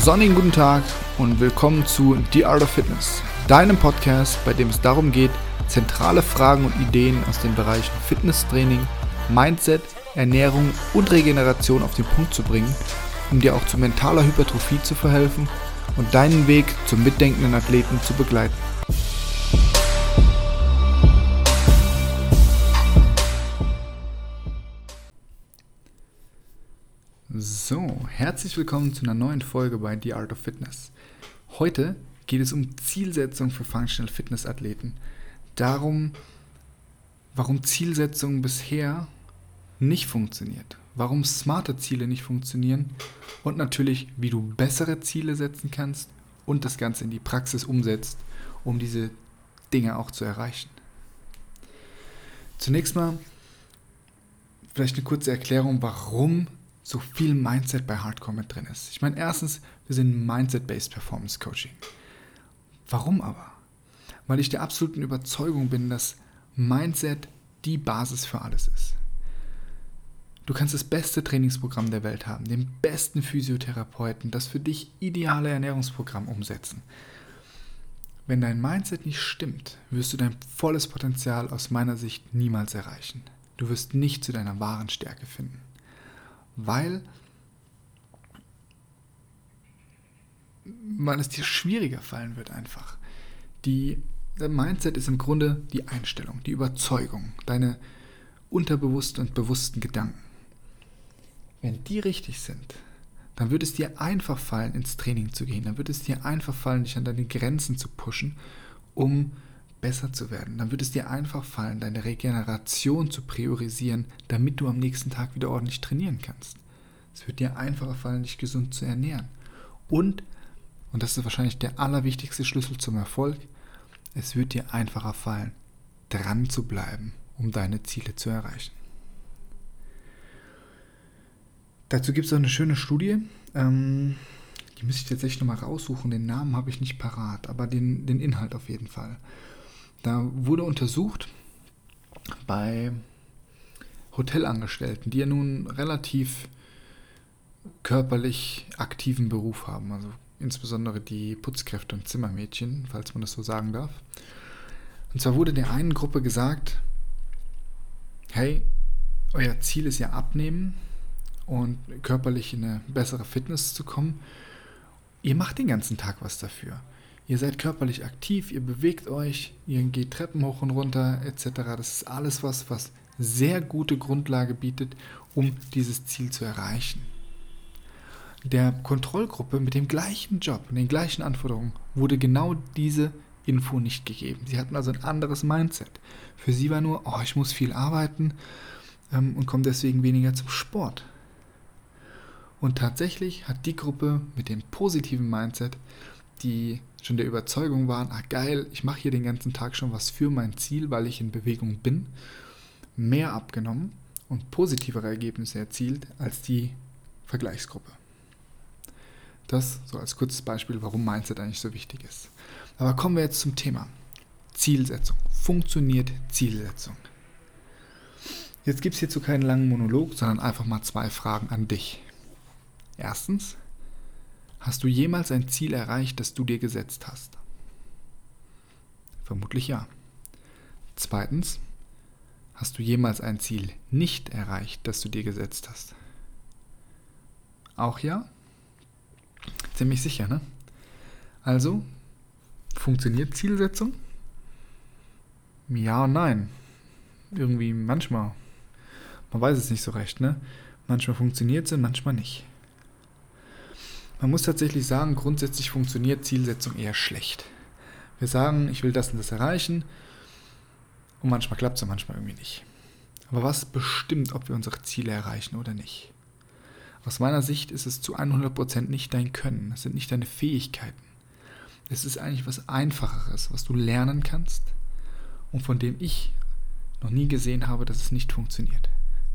sonnigen guten Tag und willkommen zu The Art of Fitness, deinem Podcast, bei dem es darum geht, zentrale Fragen und Ideen aus den Bereichen Fitnesstraining, Mindset, Ernährung und Regeneration auf den Punkt zu bringen, um dir auch zu mentaler Hypertrophie zu verhelfen und deinen Weg zum mitdenkenden Athleten zu begleiten. So, herzlich willkommen zu einer neuen Folge bei The Art of Fitness. Heute geht es um Zielsetzung für Functional Fitness Athleten. Darum, warum Zielsetzung bisher nicht funktioniert, warum smarte Ziele nicht funktionieren und natürlich, wie du bessere Ziele setzen kannst und das Ganze in die Praxis umsetzt, um diese Dinge auch zu erreichen. Zunächst mal vielleicht eine kurze Erklärung, warum so viel Mindset bei Hardcore mit drin ist. Ich meine, erstens, wir sind Mindset-Based Performance Coaching. Warum aber? Weil ich der absoluten Überzeugung bin, dass Mindset die Basis für alles ist. Du kannst das beste Trainingsprogramm der Welt haben, den besten Physiotherapeuten, das für dich ideale Ernährungsprogramm umsetzen. Wenn dein Mindset nicht stimmt, wirst du dein volles Potenzial aus meiner Sicht niemals erreichen. Du wirst nicht zu deiner wahren Stärke finden. Weil es dir schwieriger fallen wird einfach. Der Mindset ist im Grunde die Einstellung, die Überzeugung, deine unterbewussten und bewussten Gedanken. Wenn die richtig sind, dann wird es dir einfach fallen, ins Training zu gehen. Dann wird es dir einfach fallen, dich an deine Grenzen zu pushen, um besser zu werden. Dann wird es dir einfach fallen, deine Regeneration zu priorisieren, damit du am nächsten Tag wieder ordentlich trainieren kannst. Es wird dir einfacher fallen, dich gesund zu ernähren. Und das ist wahrscheinlich der allerwichtigste Schlüssel zum Erfolg, es wird dir einfacher fallen, dran zu bleiben, um deine Ziele zu erreichen. Dazu gibt es auch eine schöne Studie, die müsste ich tatsächlich nochmal raussuchen, den Namen habe ich nicht parat, aber den Inhalt auf jeden Fall. Da wurde untersucht bei Hotelangestellten, die ja nun relativ körperlich aktiven Beruf haben, also insbesondere die Putzkräfte und Zimmermädchen, falls man das so sagen darf. Und zwar wurde der einen Gruppe gesagt, hey, euer Ziel ist ja abnehmen und körperlich in eine bessere Fitness zu kommen. Ihr macht den ganzen Tag was dafür. Ihr seid körperlich aktiv, ihr bewegt euch, ihr geht Treppen hoch und runter etc. Das ist alles was sehr gute Grundlage bietet, um dieses Ziel zu erreichen. Der Kontrollgruppe mit dem gleichen Job und den gleichen Anforderungen wurde genau diese Info nicht gegeben. Sie hatten also ein anderes Mindset. Für sie war nur, ich muss viel arbeiten und komme deswegen weniger zum Sport. Und tatsächlich hat die Gruppe mit dem positiven Mindset, die schon der Überzeugung waren, geil, ich mache hier den ganzen Tag schon was für mein Ziel, weil ich in Bewegung bin, mehr abgenommen und positivere Ergebnisse erzielt als die Vergleichsgruppe. Das so als kurzes Beispiel, warum Mindset eigentlich so wichtig ist. Aber kommen wir jetzt zum Thema. Zielsetzung. Funktioniert Zielsetzung? Jetzt gibt es hierzu keinen langen Monolog, sondern einfach mal 2 Fragen an dich. Erstens, hast du jemals ein Ziel erreicht, das du dir gesetzt hast? Vermutlich ja. Zweitens, hast du jemals ein Ziel nicht erreicht, das du dir gesetzt hast? Auch ja? Ziemlich sicher, ne? Also, funktioniert Zielsetzung? Ja und nein. Irgendwie manchmal. Man weiß es nicht so recht, ne? Manchmal funktioniert es und manchmal nicht. Man muss tatsächlich sagen, grundsätzlich funktioniert Zielsetzung eher schlecht. Wir sagen, ich will das und das erreichen und manchmal klappt es und manchmal irgendwie nicht. Aber was bestimmt, ob wir unsere Ziele erreichen oder nicht? Aus meiner Sicht ist es zu 100% nicht dein Können, es sind nicht deine Fähigkeiten. Es ist eigentlich was Einfacheres, was du lernen kannst und von dem ich noch nie gesehen habe, dass es nicht funktioniert.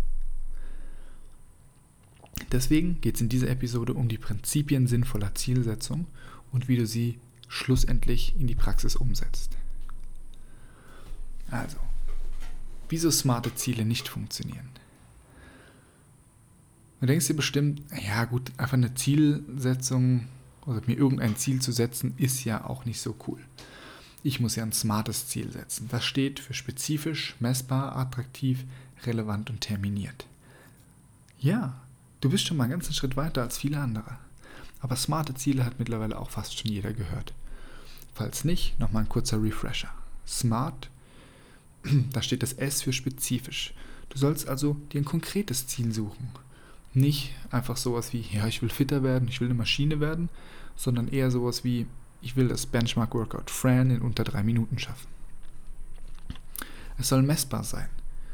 Deswegen geht es in dieser Episode um die Prinzipien sinnvoller Zielsetzung und wie du sie schlussendlich in die Praxis umsetzt. Also, wieso smarte Ziele nicht funktionieren? Du denkst dir bestimmt, ja gut, einfach eine Zielsetzung oder mir irgendein Ziel zu setzen, ist ja auch nicht so cool. Ich muss ja ein smartes Ziel setzen. Das steht für spezifisch, messbar, attraktiv, relevant und terminiert. Ja, du bist schon mal einen ganzen Schritt weiter als viele andere. Aber smarte Ziele hat mittlerweile auch fast schon jeder gehört. Falls nicht, nochmal ein kurzer Refresher. Smart, da steht das S für spezifisch. Du sollst also dir ein konkretes Ziel suchen. Nicht einfach sowas wie, ja, ich will fitter werden, ich will eine Maschine werden, sondern eher sowas wie, ich will das Benchmark Workout Fran in unter 3 Minuten schaffen. Es soll messbar sein.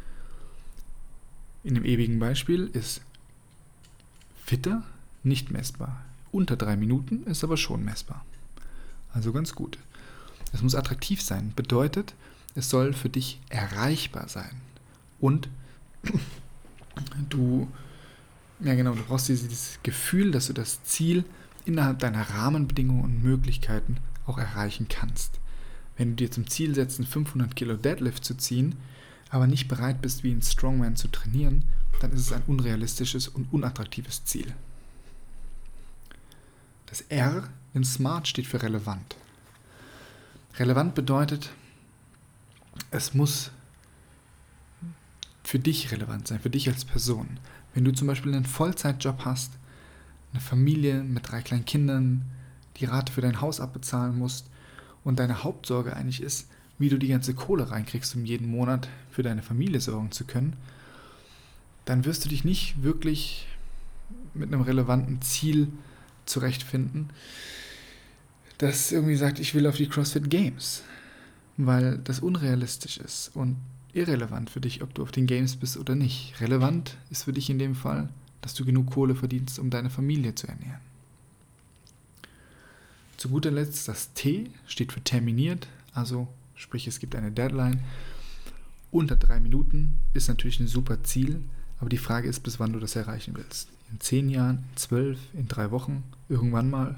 In dem ewigen Beispiel ist fitter nicht messbar. Unter 3 Minuten ist aber schon messbar. Also ganz gut. Es muss attraktiv sein. Bedeutet, es soll für dich erreichbar sein. Und du brauchst dieses Gefühl, dass du das Ziel innerhalb deiner Rahmenbedingungen und Möglichkeiten auch erreichen kannst. Wenn du dir zum Ziel setzt, einen 500 Kilo Deadlift zu ziehen, aber nicht bereit bist, wie ein Strongman zu trainieren, dann ist es ein unrealistisches und unattraktives Ziel. Das R in Smart steht für relevant. Relevant bedeutet, es muss für dich relevant sein, für dich als Person. Wenn du zum Beispiel einen Vollzeitjob hast, eine Familie mit 3 kleinen Kindern, die Rate für dein Haus abbezahlen musst und deine Hauptsorge eigentlich ist, wie du die ganze Kohle reinkriegst, um jeden Monat für deine Familie sorgen zu können, dann wirst du dich nicht wirklich mit einem relevanten Ziel zurechtfinden, das irgendwie sagt, ich will auf die CrossFit Games, weil das unrealistisch ist und irrelevant für dich, ob du auf den Games bist oder nicht. Relevant ist für dich in dem Fall, dass du genug Kohle verdienst, um deine Familie zu ernähren. Zu guter Letzt, das T steht für terminiert, also sprich, es gibt eine Deadline. Unter 3 Minuten ist natürlich ein super Ziel, aber die Frage ist, bis wann du das erreichen willst. In 10 Jahren, in 12, in 3 Wochen, irgendwann mal.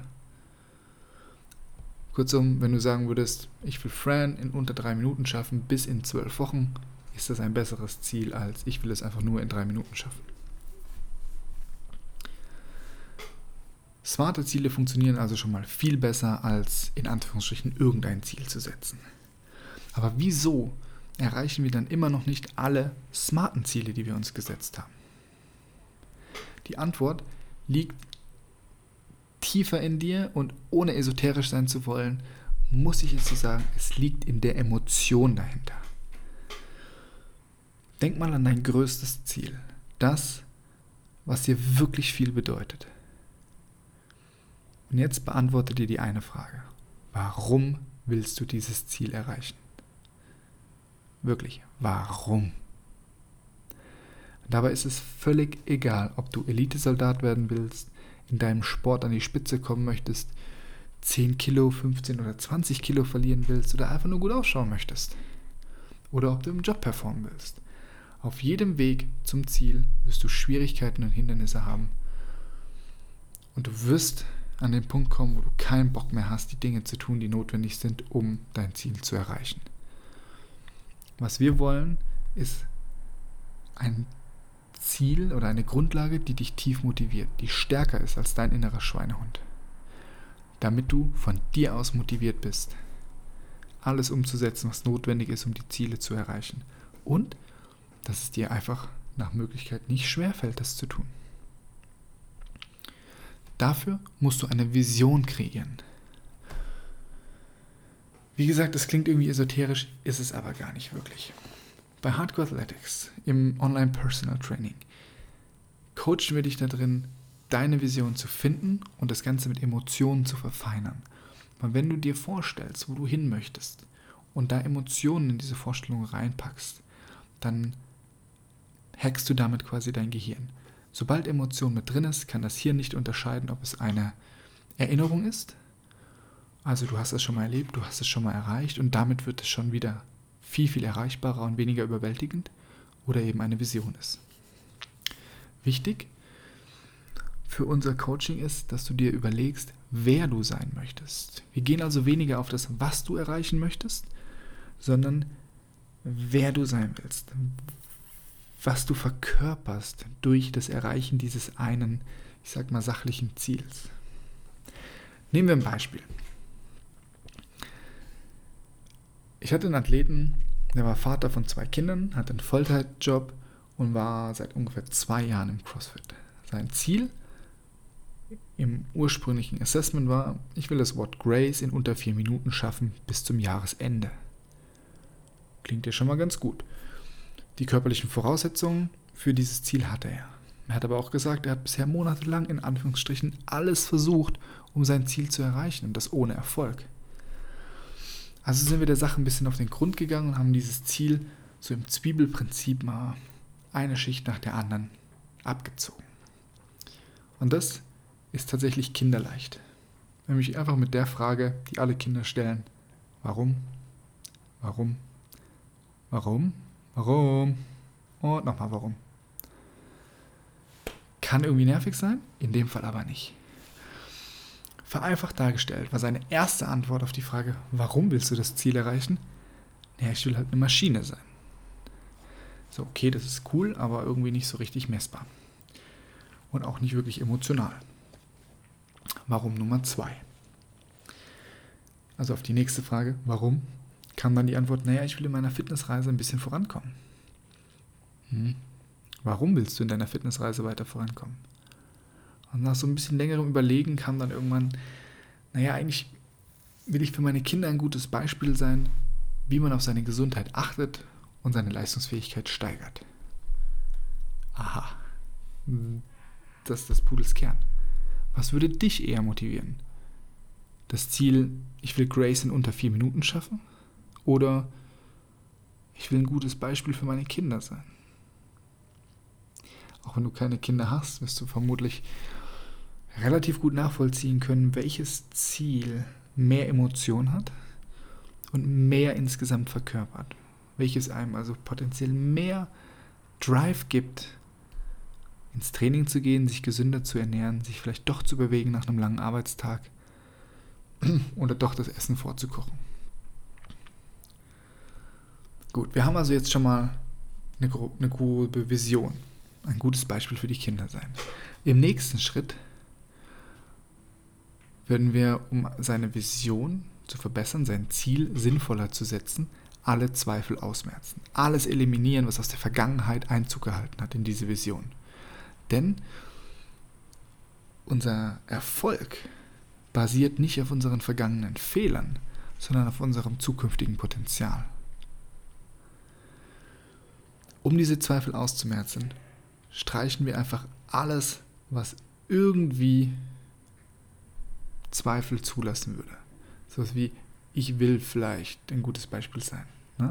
Kurzum, wenn du sagen würdest, ich will Fran in unter 3 Minuten schaffen, bis in 12 Wochen, ist das ein besseres Ziel, als ich will es einfach nur in 3 Minuten schaffen. Smarte Ziele funktionieren also schon mal viel besser, als in Anführungsstrichen irgendein Ziel zu setzen. Aber wieso erreichen wir dann immer noch nicht alle smarten Ziele, die wir uns gesetzt haben? Die Antwort liegt tiefer in dir und ohne esoterisch sein zu wollen, muss ich es so sagen, es liegt in der Emotion dahinter. Denk mal an dein größtes Ziel, das, was dir wirklich viel bedeutet. Und jetzt beantworte dir die eine Frage. Warum willst du dieses Ziel erreichen? Wirklich, warum? Dabei ist es völlig egal, ob du Elitesoldat werden willst, in deinem Sport an die Spitze kommen möchtest, 10 Kilo, 15 oder 20 Kilo verlieren willst oder einfach nur gut ausschauen möchtest. Oder ob du im Job performen willst. Auf jedem Weg zum Ziel wirst du Schwierigkeiten und Hindernisse haben. Und du wirst an den Punkt kommen, wo du keinen Bock mehr hast, die Dinge zu tun, die notwendig sind, um dein Ziel zu erreichen. Was wir wollen, ist ein Ziel oder eine Grundlage, die dich tief motiviert, die stärker ist als dein innerer Schweinehund. Damit du von dir aus motiviert bist, alles umzusetzen, was notwendig ist, um die Ziele zu erreichen. Und dass es dir einfach nach Möglichkeit nicht schwerfällt, das zu tun. Dafür musst du eine Vision kreieren. Wie gesagt, das klingt irgendwie esoterisch, ist es aber gar nicht wirklich. Bei Hardcore Athletics, im Online Personal Training, coachen wir dich da drin, deine Vision zu finden und das Ganze mit Emotionen zu verfeinern. Weil wenn du dir vorstellst, wo du hin möchtest und da Emotionen in diese Vorstellung reinpackst, dann hackst du damit quasi dein Gehirn. Sobald Emotion mit drin ist, kann das Hirn nicht unterscheiden, ob es eine Erinnerung ist. Also du hast es schon mal erlebt, du hast es schon mal erreicht und damit wird es schon wieder viel, viel erreichbarer und weniger überwältigend oder eben eine Vision ist. Wichtig für unser Coaching ist, dass du dir überlegst, wer du sein möchtest. Wir gehen also weniger auf das, was du erreichen möchtest, sondern wer du sein willst. Was du verkörperst durch das Erreichen dieses einen, ich sag mal, sachlichen Ziels. Nehmen wir ein Beispiel. Ich hatte einen Athleten, der war Vater von 2 Kindern, hatte einen Vollzeitjob und war seit ungefähr 2 Jahren im CrossFit. Sein Ziel im ursprünglichen Assessment war, ich will das Wort Grace in unter 4 Minuten schaffen bis zum Jahresende. Klingt ja schon mal ganz gut. Die körperlichen Voraussetzungen für dieses Ziel hatte er. Er hat aber auch gesagt, er hat bisher monatelang in Anführungsstrichen alles versucht, um sein Ziel zu erreichen und das ohne Erfolg. Also sind wir der Sache ein bisschen auf den Grund gegangen und haben dieses Ziel so im Zwiebelprinzip mal eine Schicht nach der anderen abgezogen. Und das ist tatsächlich kinderleicht. Nämlich einfach mit der Frage, die alle Kinder stellen: Warum? Warum? Warum? Warum? Und nochmal warum. Kann irgendwie nervig sein, in dem Fall aber nicht. Vereinfacht dargestellt war seine erste Antwort auf die Frage, warum willst du das Ziel erreichen? Ja, ich will halt eine Maschine sein. So, okay, das ist cool, aber irgendwie nicht so richtig messbar. Und auch nicht wirklich emotional. Warum Nummer 2? Also auf die nächste Frage, warum, kam dann die Antwort, naja, ich will in meiner Fitnessreise ein bisschen vorankommen. Warum willst du in deiner Fitnessreise weiter vorankommen? Und nach so ein bisschen längerem Überlegen kam dann irgendwann, naja, eigentlich will ich für meine Kinder ein gutes Beispiel sein, wie man auf seine Gesundheit achtet und seine Leistungsfähigkeit steigert. Aha, das ist des Pudels Kern. Was würde dich eher motivieren? Das Ziel, ich will Grace in unter 4 Minuten schaffen? Oder ich will ein gutes Beispiel für meine Kinder sein? Auch wenn du keine Kinder hast, wirst du vermutlich relativ gut nachvollziehen können, welches Ziel mehr Emotion hat und mehr insgesamt verkörpert. Welches einem also potenziell mehr Drive gibt, ins Training zu gehen, sich gesünder zu ernähren, sich vielleicht doch zu bewegen nach einem langen Arbeitstag oder doch das Essen vorzukochen. Gut, wir haben also jetzt schon mal eine grobe Vision. Ein gutes Beispiel für die Kinder sein. Im nächsten Schritt werden wir, um seine Vision zu verbessern, sein Ziel sinnvoller zu setzen, alle Zweifel ausmerzen. Alles eliminieren, was aus der Vergangenheit Einzug gehalten hat in diese Vision. Denn unser Erfolg basiert nicht auf unseren vergangenen Fehlern, sondern auf unserem zukünftigen Potenzial. Um diese Zweifel auszumerzen, streichen wir einfach alles, was irgendwie Zweifel zulassen würde. So etwas wie, ich will vielleicht ein gutes Beispiel sein. Ne?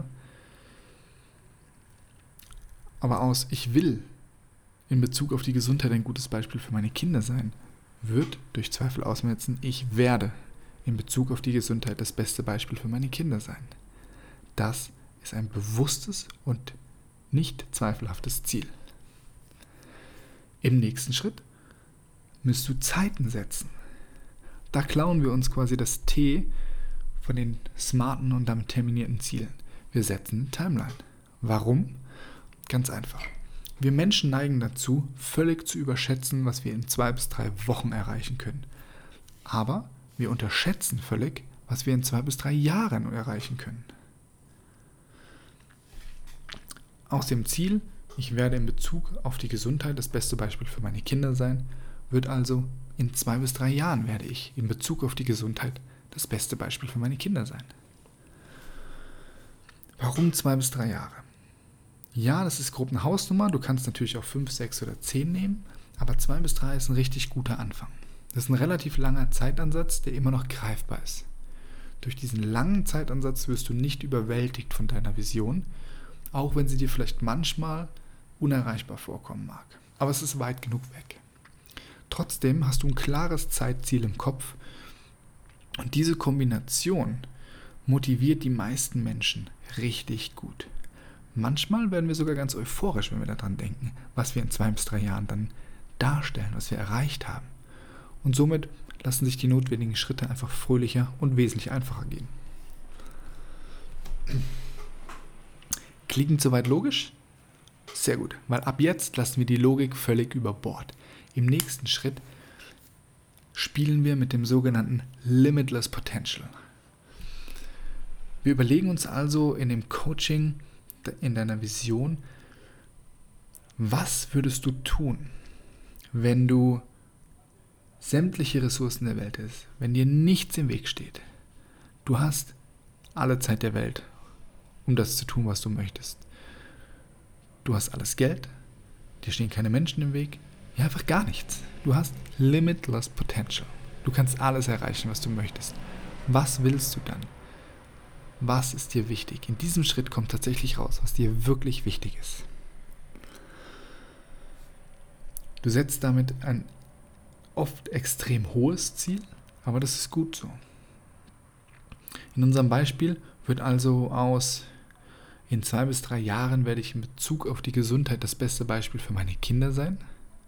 Aber aus ich will in Bezug auf die Gesundheit ein gutes Beispiel für meine Kinder sein, wird durch Zweifel ausmerzen, ich werde in Bezug auf die Gesundheit das beste Beispiel für meine Kinder sein. Das ist ein bewusstes und nicht zweifelhaftes Ziel. Im nächsten Schritt müsst du Zeiten setzen. Da klauen wir uns quasi das T von den smarten und damit terminierten Zielen. Wir setzen eine Timeline. Warum? Ganz einfach. Wir Menschen neigen dazu, völlig zu überschätzen, was wir in 2 bis 3 Wochen erreichen können. Aber wir unterschätzen völlig, was wir in 2 bis 3 Jahren erreichen können. Aus dem Ziel, ich werde in Bezug auf die Gesundheit das beste Beispiel für meine Kinder sein, wird also in 2 bis 3 Jahren werde ich in Bezug auf die Gesundheit das beste Beispiel für meine Kinder sein. Warum 2 bis 3 Jahre? Ja, das ist grob eine Hausnummer. Du kannst natürlich auch 5, 6 oder 10 nehmen, aber 2 bis 3 ist ein richtig guter Anfang. Das ist ein relativ langer Zeitansatz, der immer noch greifbar ist. Durch diesen langen Zeitansatz wirst du nicht überwältigt von deiner Vision, auch wenn sie dir vielleicht manchmal unerreichbar vorkommen mag. Aber es ist weit genug weg. Trotzdem hast du ein klares Zeitziel im Kopf und diese Kombination motiviert die meisten Menschen richtig gut. Manchmal werden wir sogar ganz euphorisch, wenn wir daran denken, was wir in 2 bis 3 Jahren dann darstellen, was wir erreicht haben. Und somit lassen sich die notwendigen Schritte einfach fröhlicher und wesentlich einfacher gehen. Klingt soweit logisch? Sehr gut, weil ab jetzt lassen wir die Logik völlig über Bord. Im nächsten Schritt spielen wir mit dem sogenannten Limitless Potential. Wir überlegen uns also in dem Coaching, in deiner Vision, was würdest du tun, wenn du sämtliche Ressourcen der Welt hast, wenn dir nichts im Weg steht. Du hast alle Zeit der Welt, um das zu tun, was du möchtest. Du hast alles Geld, dir stehen keine Menschen im Weg, ja, einfach gar nichts. Du hast limitless potential. Du kannst alles erreichen, was du möchtest. Was willst du dann? Was ist dir wichtig? In diesem Schritt kommt tatsächlich raus, was dir wirklich wichtig ist. Du setzt damit ein oft extrem hohes Ziel, aber das ist gut so. In unserem Beispiel wird also aus, in 2 bis 3 Jahren werde ich in Bezug auf die Gesundheit das beste Beispiel für meine Kinder sein.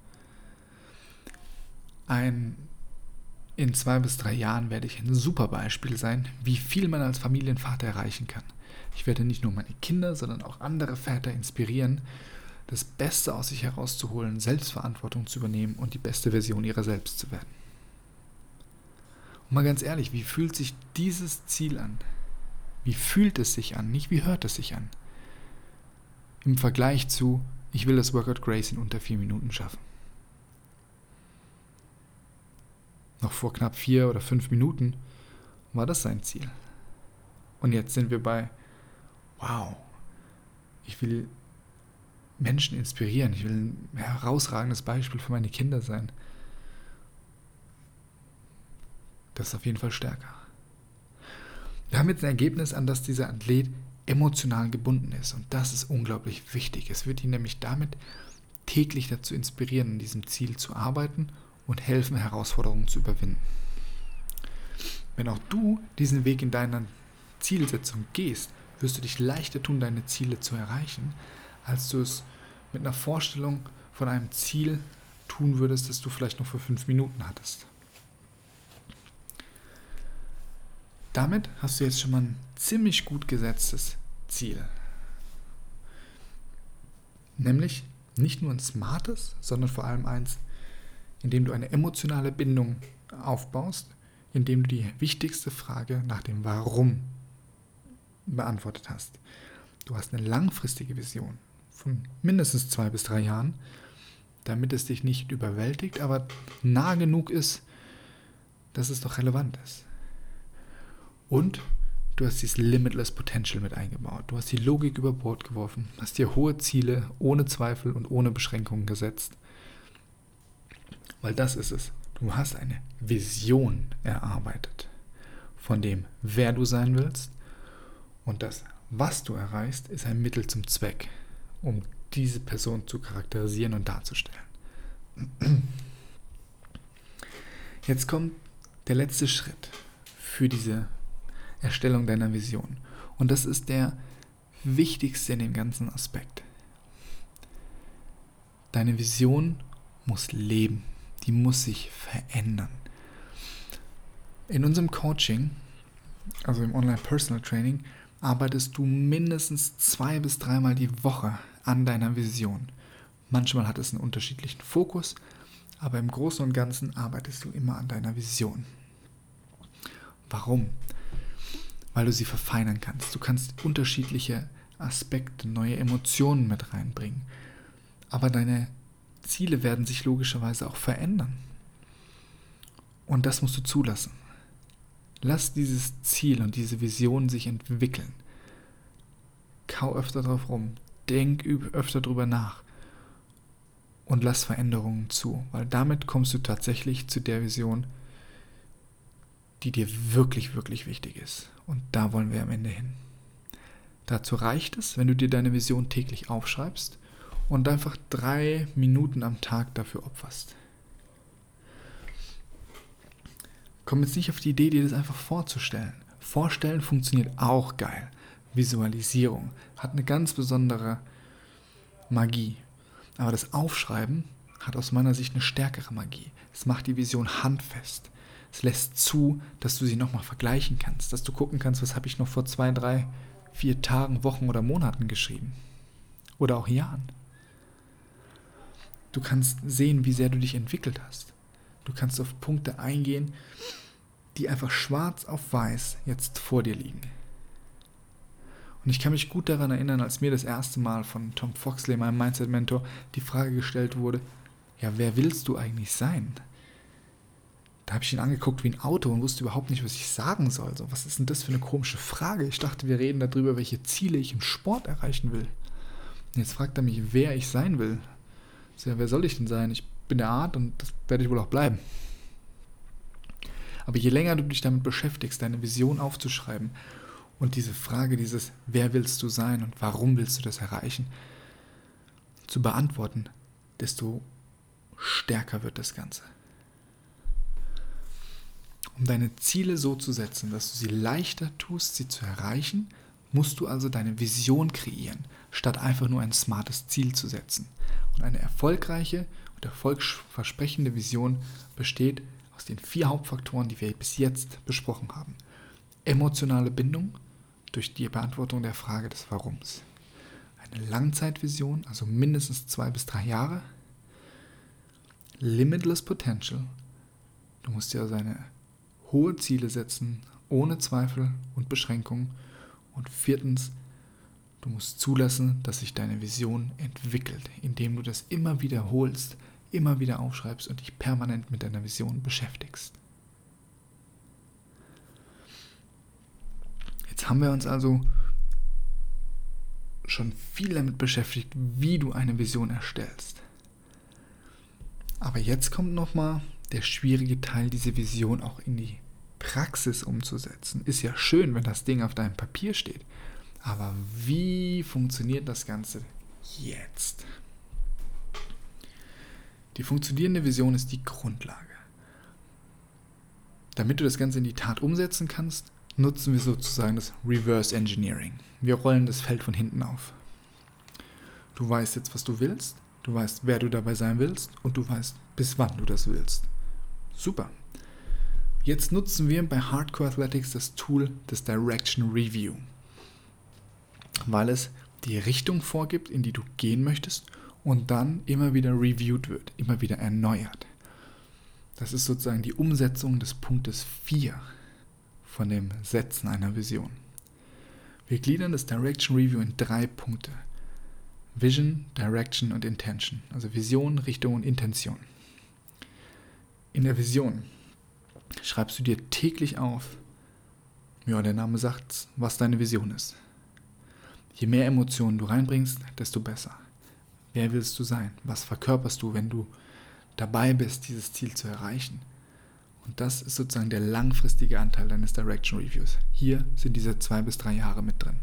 In 2 bis 3 Jahren werde ich ein super Beispiel sein, wie viel man als Familienvater erreichen kann. Ich werde nicht nur meine Kinder, sondern auch andere Väter inspirieren, das Beste aus sich herauszuholen, Selbstverantwortung zu übernehmen und die beste Version ihrer selbst zu werden. Und mal ganz ehrlich, wie fühlt sich dieses Ziel an? Wie fühlt es sich an? Nicht wie hört es sich an? Im Vergleich zu, ich will das Workout Grace in unter 4 Minuten schaffen. Noch vor knapp 4 oder 5 Minuten war das sein Ziel. Und jetzt sind wir bei, wow, ich will Menschen inspirieren, ich will ein herausragendes Beispiel für meine Kinder sein. Das ist auf jeden Fall stärker. Wir haben jetzt ein Ergebnis, an das dieser Athlet emotional gebunden ist. Und das ist unglaublich wichtig. Es wird ihn nämlich damit täglich dazu inspirieren, an diesem Ziel zu arbeiten und helfen, Herausforderungen zu überwinden. Wenn auch du diesen Weg in deiner Zielsetzung gehst, wirst du dich leichter tun, deine Ziele zu erreichen, als du es mit einer Vorstellung von einem Ziel tun würdest, das du vielleicht noch vor 5 Minuten hattest. Damit hast du jetzt schon mal ein ziemlich gut gesetztes Ziel. Nämlich nicht nur ein smartes, sondern vor allem eins, in dem du eine emotionale Bindung aufbaust, indem du die wichtigste Frage nach dem Warum beantwortet hast. Du hast eine langfristige Vision von mindestens 2 bis 3 Jahren, damit es dich nicht überwältigt, aber nah genug ist, dass es doch relevant ist. Und du hast dieses Limitless Potential mit eingebaut. Du hast die Logik über Bord geworfen, hast dir hohe Ziele ohne Zweifel und ohne Beschränkungen gesetzt. Weil das ist es. Du hast eine Vision erarbeitet von dem, wer du sein willst. Und das, was du erreichst, ist ein Mittel zum Zweck, um diese Person zu charakterisieren und darzustellen. Jetzt kommt der letzte Schritt für diese Erstellung deiner Vision. Und das ist der wichtigste in dem ganzen Aspekt. Deine Vision muss leben. Die muss sich verändern. In unserem Coaching, also im Online-Personal Training, arbeitest du mindestens 2 bis 3 Mal die Woche an deiner Vision. Manchmal hat es einen unterschiedlichen Fokus, aber im Großen und Ganzen arbeitest du immer an deiner Vision. Warum? Weil du sie verfeinern kannst. Du kannst unterschiedliche Aspekte, neue Emotionen mit reinbringen. Aber deine Ziele werden sich logischerweise auch verändern. Und das musst du zulassen. Lass dieses Ziel und diese Vision sich entwickeln. Kau öfter drauf rum. Denk öfter drüber nach. Und lass Veränderungen zu. Weil damit kommst du tatsächlich zu der Vision, die dir wirklich, wirklich wichtig ist. Und da wollen wir am Ende hin. Dazu reicht es, wenn du dir deine Vision täglich aufschreibst und einfach 3 Minuten am Tag dafür opferst. Komm jetzt nicht auf die Idee, dir das einfach vorzustellen. Vorstellen funktioniert auch geil. Visualisierung hat eine ganz besondere Magie. Aber das Aufschreiben hat aus meiner Sicht eine stärkere Magie. Es macht die Vision handfest. Es lässt zu, dass du sie nochmal vergleichen kannst, dass du gucken kannst, was habe ich noch vor 2, 3, 4 Tagen, Wochen oder Monaten geschrieben. Oder auch Jahren. Du kannst sehen, wie sehr du dich entwickelt hast. Du kannst auf Punkte eingehen, die einfach schwarz auf weiß jetzt vor dir liegen. Und ich kann mich gut daran erinnern, als mir das erste Mal von Tom Foxley, meinem Mindset-Mentor, die Frage gestellt wurde, ja, wer willst du eigentlich sein? Da habe ich ihn angeguckt wie ein Auto und wusste überhaupt nicht, was ich sagen soll. So, was ist denn das für eine komische Frage? Ich dachte, wir reden darüber, welche Ziele ich im Sport erreichen will. Und jetzt fragt er mich, wer ich sein will. So, ja, wer soll ich denn sein? Ich bin der Art und das werde ich wohl auch bleiben. Aber je länger du dich damit beschäftigst, deine Vision aufzuschreiben und diese Frage, dieses wer willst du sein und warum willst du das erreichen, zu beantworten, desto stärker wird das Ganze. Um deine Ziele so zu setzen, dass du sie leichter tust, sie zu erreichen, musst du also deine Vision kreieren, statt einfach nur ein smartes Ziel zu setzen. Und eine erfolgreiche und erfolgsversprechende Vision besteht aus den 4 Hauptfaktoren, die wir bis jetzt besprochen haben. Emotionale Bindung durch die Beantwortung der Frage des Warums. Eine Langzeitvision, also mindestens 2 bis 3 Jahre. Limitless Potential. Du musst dir also eine hohe Ziele setzen, ohne Zweifel und Beschränkungen. Und 4, du musst zulassen, dass sich deine Vision entwickelt, indem du das immer wiederholst, immer wieder aufschreibst und dich permanent mit deiner Vision beschäftigst. Jetzt haben wir uns also schon viel damit beschäftigt, wie du eine Vision erstellst. Aber jetzt kommt nochmal der schwierige Teil, diese Vision auch in die Praxis umzusetzen. Ist ja schön, wenn das Ding auf deinem Papier steht. Aber wie funktioniert das Ganze jetzt? Die funktionierende Vision ist die Grundlage. Damit du das Ganze in die Tat umsetzen kannst, nutzen wir sozusagen das Reverse Engineering. Wir rollen das Feld von hinten auf. Du weißt jetzt, was du willst, du weißt, wer du dabei sein willst und du weißt, bis wann du das willst. Super. Jetzt nutzen wir bei Hardcore Athletics das Tool des Direction Review, weil es die Richtung vorgibt, in die du gehen möchtest und dann immer wieder reviewed wird, immer wieder erneuert. Das ist sozusagen die Umsetzung des Punktes 4 von dem Setzen einer Vision. Wir gliedern das Direction Review in 3 Punkte. Vision, Direction und Intention. Also Vision, Richtung und Intention. In der Vision schreibst du dir täglich auf, ja, der Name sagt's, was deine Vision ist. Je mehr Emotionen du reinbringst, desto besser. Wer willst du sein? Was verkörperst du, wenn du dabei bist, dieses Ziel zu erreichen? Und das ist sozusagen der langfristige Anteil deines Direction Reviews. Hier sind diese 2 bis 3 Jahre mit drin.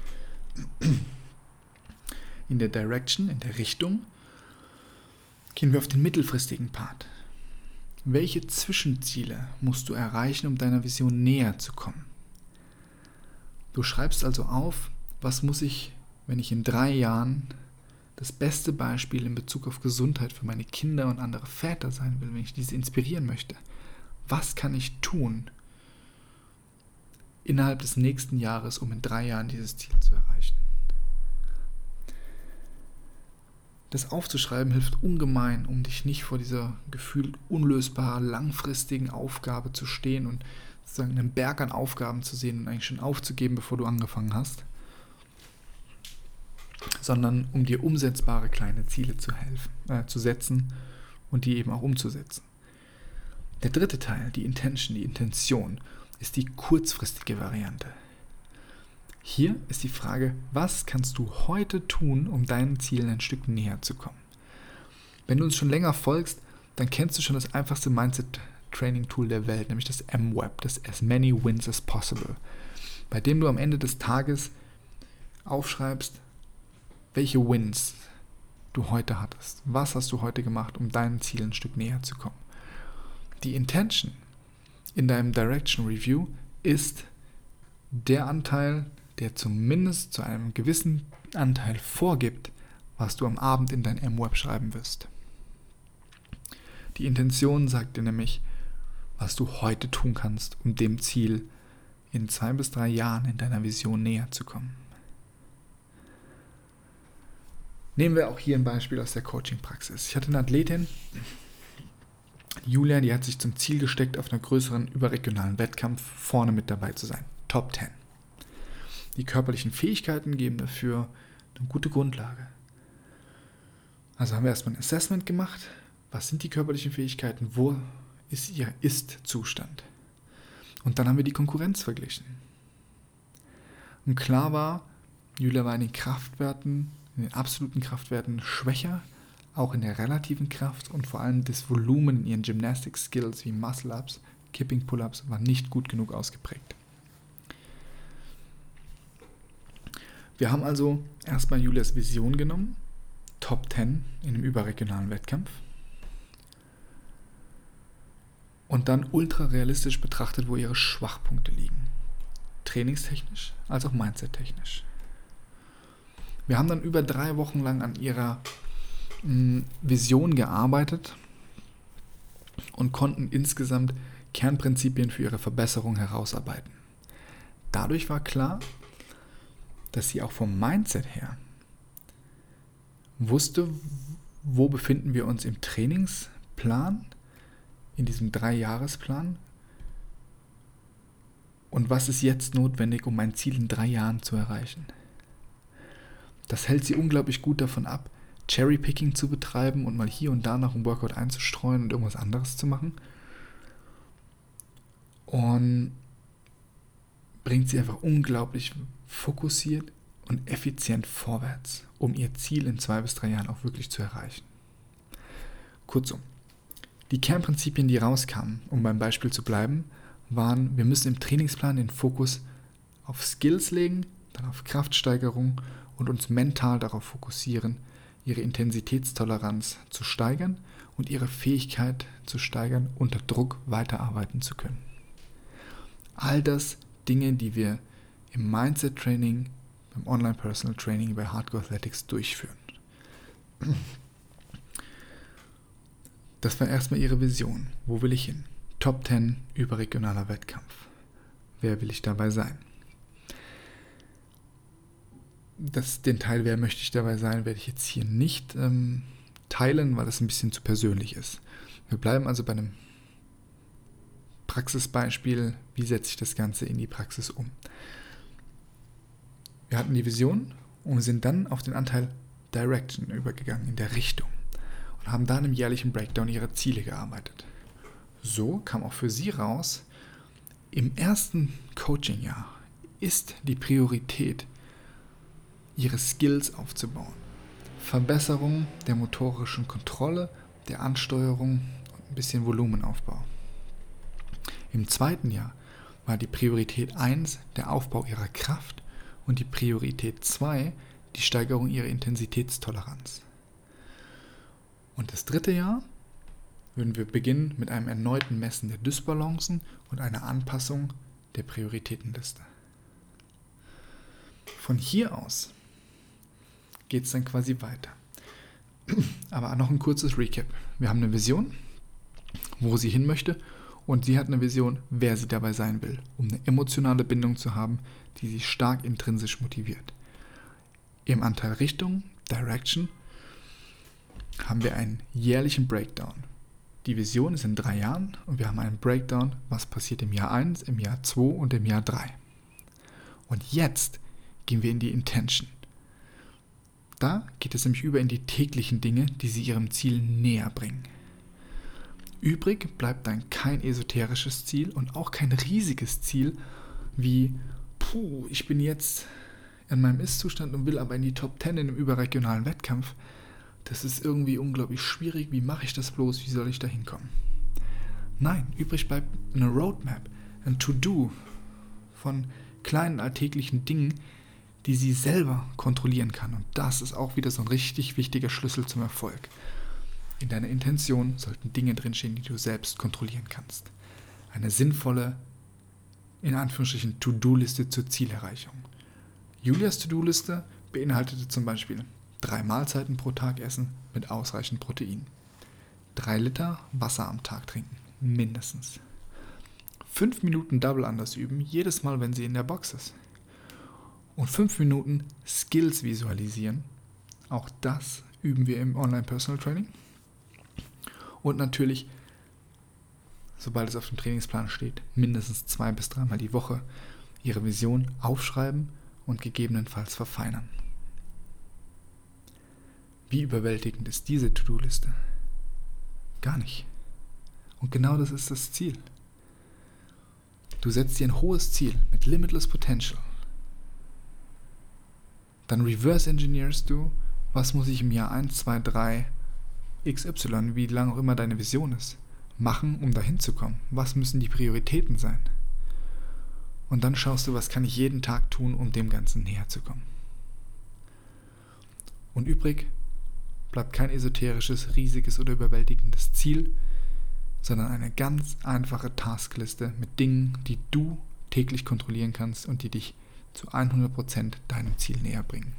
In der Direction, in der Richtung, gehen wir auf den mittelfristigen Part. Welche Zwischenziele musst du erreichen, um deiner Vision näher zu kommen? Du schreibst also auf, was muss ich, wenn ich in 3 Jahren das beste Beispiel in Bezug auf Gesundheit für meine Kinder und andere Väter sein will, wenn ich diese inspirieren möchte. Was kann ich tun innerhalb des nächsten Jahres, um in 3 Jahren dieses Ziel zu erreichen? Das aufzuschreiben hilft ungemein, um dich nicht vor dieser gefühlt unlösbar langfristigen Aufgabe zu stehen und sozusagen einen Berg an Aufgaben zu sehen und eigentlich schon aufzugeben, bevor du angefangen hast, sondern um dir umsetzbare kleine Ziele zu setzen und die eben auch umzusetzen. Der 3. Teil, die Intention, die Intention, ist die kurzfristige Variante. Hier ist die Frage, was kannst du heute tun, um deinen Zielen ein Stück näher zu kommen? Wenn du uns schon länger folgst, dann kennst du schon das einfachste Mindset-Training-Tool der Welt, nämlich das MWAP, das As Many Wins as Possible, bei dem du am Ende des Tages aufschreibst, welche Wins du heute hattest. Was hast du heute gemacht, um deinen Zielen ein Stück näher zu kommen? Die Intention in deinem Direction Review ist der Anteil, der zumindest zu einem gewissen Anteil vorgibt, was du am Abend in dein MWAP schreiben wirst. Die Intention sagt dir nämlich, was du heute tun kannst, um dem Ziel in 2 bis 3 Jahren in deiner Vision näher zu kommen. Nehmen wir auch hier ein Beispiel aus der Coaching-Praxis. Ich hatte eine Athletin, Julia, die hat sich zum Ziel gesteckt, auf einem größeren überregionalen Wettkampf vorne mit dabei zu sein. Top 10. Die körperlichen Fähigkeiten geben dafür eine gute Grundlage. Also haben wir erstmal ein Assessment gemacht. Was sind die körperlichen Fähigkeiten? Wo ist ihr Ist-Zustand? Und dann haben wir die Konkurrenz verglichen. Und klar war, Julia war in den Kraftwerten, in den absoluten Kraftwerten schwächer, auch in der relativen Kraft und vor allem das Volumen in ihren Gymnastics-Skills wie Muscle-Ups, Kipping Pull-Ups war nicht gut genug ausgeprägt. Wir haben also erstmal Julias Vision genommen, Top 10 in einem überregionalen Wettkampf und dann ultra realistisch betrachtet, wo ihre Schwachpunkte liegen. Trainingstechnisch als auch mindset-technisch. Wir haben dann über 3 Wochen lang an ihrer Vision gearbeitet und konnten insgesamt Kernprinzipien für ihre Verbesserung herausarbeiten. Dadurch war klar, dass sie auch vom Mindset her wusste, wo befinden wir uns im Trainingsplan, in diesem 3-Jahresplan und was ist jetzt notwendig, um mein Ziel in 3 Jahren zu erreichen. Das hält sie unglaublich gut davon ab, Cherrypicking zu betreiben und mal hier und da noch ein Workout einzustreuen und irgendwas anderes zu machen. Und bringt sie einfach unglaublich fokussiert und effizient vorwärts, um ihr Ziel in 2 bis 3 Jahren auch wirklich zu erreichen. Kurzum, die Kernprinzipien, die rauskamen, um beim Beispiel zu bleiben, waren, wir müssen im Trainingsplan den Fokus auf Skills legen, dann auf Kraftsteigerung und uns mental darauf fokussieren, ihre Intensitätstoleranz zu steigern und ihre Fähigkeit zu steigern, unter Druck weiterarbeiten zu können. All das Dinge, die wir im Mindset-Training, beim Online-Personal-Training, bei Hardcore Athletics durchführen. Das war erstmal ihre Vision. Wo will ich hin? Top 10 überregionaler Wettkampf. Wer will ich dabei sein? Den Teil, wer möchte ich dabei sein, werde ich jetzt hier nicht teilen, weil das ein bisschen zu persönlich ist. Wir bleiben also bei einem Praxisbeispiel, wie setze ich das Ganze in die Praxis um. Wir hatten die Vision und sind dann auf den Anteil Direction übergegangen, in der Richtung, und haben dann im jährlichen Breakdown ihrer Ziele gearbeitet. So kam auch für sie raus, im ersten Coaching-Jahr ist die Priorität, ihre Skills aufzubauen. Verbesserung der motorischen Kontrolle, der Ansteuerung und ein bisschen Volumenaufbau. Im zweiten Jahr war die Priorität 1 der Aufbau ihrer Kraft und die Priorität 2 die Steigerung ihrer Intensitätstoleranz. Und das dritte Jahr würden wir beginnen mit einem erneuten Messen der Dysbalancen und einer Anpassung der Prioritätenliste. Von hier aus geht es dann quasi weiter. Aber noch ein kurzes Recap. Wir haben eine Vision, wo sie hin möchte, und sie hat eine Vision, wer sie dabei sein will, um eine emotionale Bindung zu haben, die sie stark intrinsisch motiviert. Im Anteil Richtung, Direction, haben wir einen jährlichen Breakdown. Die Vision ist in 3 Jahren und wir haben einen Breakdown, was passiert im Jahr 1, im Jahr 2 und im Jahr 3. Und jetzt gehen wir in die Intention. Da geht es nämlich über in die täglichen Dinge, die sie ihrem Ziel näher bringen. Übrig bleibt dann kein esoterisches Ziel und auch kein riesiges Ziel wie, ich bin jetzt in meinem Ist-Zustand und will aber in die Top 10 in einem überregionalen Wettkampf. Das ist irgendwie unglaublich schwierig. Wie mache ich das bloß? Wie soll ich da hinkommen? Nein, übrig bleibt eine Roadmap, ein To-Do von kleinen alltäglichen Dingen, die sie selber kontrollieren kann. Und das ist auch wieder so ein richtig wichtiger Schlüssel zum Erfolg. In deiner Intention sollten Dinge drinstehen, die du selbst kontrollieren kannst. Eine sinnvolle, in Anführungsstrichen, To-Do-Liste zur Zielerreichung. Julias To-Do-Liste beinhaltete zum Beispiel 3 Mahlzeiten pro Tag essen mit ausreichend Protein. 3 Liter Wasser am Tag trinken, mindestens. 5 Minuten Double Unders üben, jedes Mal, wenn sie in der Box ist. Und 5 Minuten Skills visualisieren. Auch das üben wir im Online-Personal Training. Und natürlich sobald es auf dem Trainingsplan steht, mindestens 2 bis 3 Mal die Woche ihre Vision aufschreiben und gegebenenfalls verfeinern. Wie überwältigend ist diese To-Do-Liste? Gar nicht. Und genau das ist das Ziel. Du setzt dir ein hohes Ziel mit Limitless Potential. Dann reverse engineerst du, was muss ich im Jahr 1, 2, 3, XY, wie lang auch immer deine Vision ist, machen, um dahin zu kommen. Was müssen die Prioritäten sein? Und dann schaust du, was kann ich jeden Tag tun, um dem Ganzen näher zu kommen. Und übrig bleibt kein esoterisches, riesiges oder überwältigendes Ziel, sondern eine ganz einfache Taskliste mit Dingen, die du täglich kontrollieren kannst und die dich zu 100% deinem Ziel näher bringen.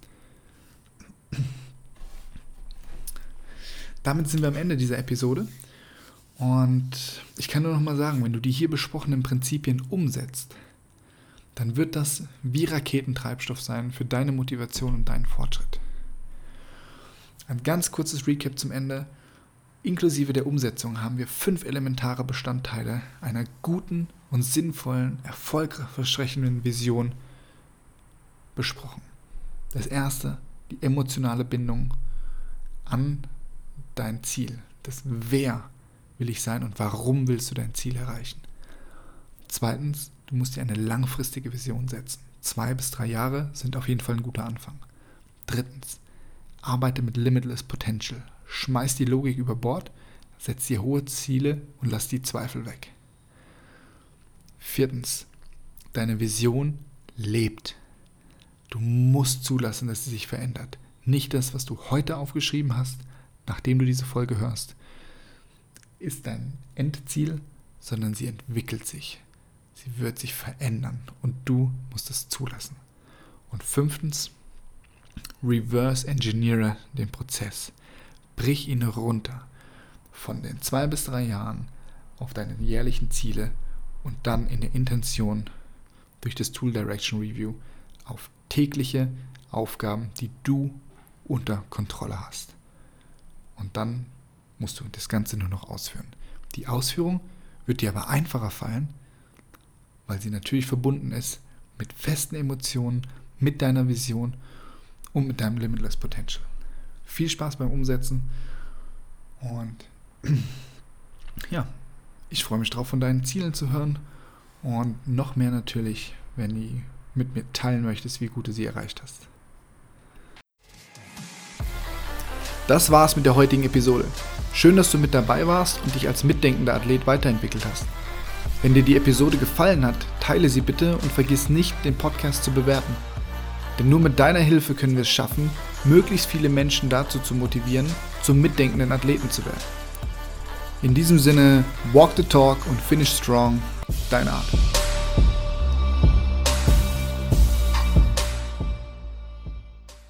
Damit sind wir am Ende dieser Episode und ich kann nur noch mal sagen, wenn du die hier besprochenen Prinzipien umsetzt, dann wird das wie Raketentreibstoff sein für deine Motivation und deinen Fortschritt. Ein ganz kurzes Recap zum Ende. Inklusive der Umsetzung haben wir 5 elementare Bestandteile einer guten und sinnvollen, erfolgversprechenden Vision besprochen. Das erste, die emotionale Bindung an dein Ziel. Das Wer will ich sein und warum willst du dein Ziel erreichen. Zweitens, du musst dir eine langfristige Vision setzen. 2 bis 3 Jahre sind auf jeden Fall ein guter Anfang. Drittens, arbeite mit Limitless Potential. Schmeiß die Logik über Bord, setz dir hohe Ziele und lass die Zweifel weg. Viertens, deine Vision lebt. Du musst zulassen, dass sie sich verändert. Nicht das, was du heute aufgeschrieben hast, nachdem du diese Folge hörst, ist dein Endziel, sondern sie entwickelt sich. Sie wird sich verändern und du musst es zulassen. Und 5. Reverse engineere den Prozess. Brich ihn runter von den 2 bis 3 Jahren auf deine jährlichen Ziele und dann in der Intention durch das Tool Direction Review auf tägliche Aufgaben, die du unter Kontrolle hast. Und dann musst du das Ganze nur noch ausführen. Die Ausführung wird dir aber einfacher fallen, weil sie natürlich verbunden ist mit festen Emotionen, mit deiner Vision und mit deinem Limitless Potential. Viel Spaß beim Umsetzen und ja, ich freue mich drauf, von deinen Zielen zu hören und noch mehr natürlich, wenn du mit mir teilen möchtest, wie gut du sie erreicht hast. Das war's mit der heutigen Episode. Schön, dass du mit dabei warst und dich als mitdenkender Athlet weiterentwickelt hast. Wenn dir die Episode gefallen hat, teile sie bitte und vergiss nicht, den Podcast zu bewerten. Denn nur mit deiner Hilfe können wir es schaffen, möglichst viele Menschen dazu zu motivieren, zum mitdenkenden Athleten zu werden. In diesem Sinne, walk the talk und finish strong, dein Art.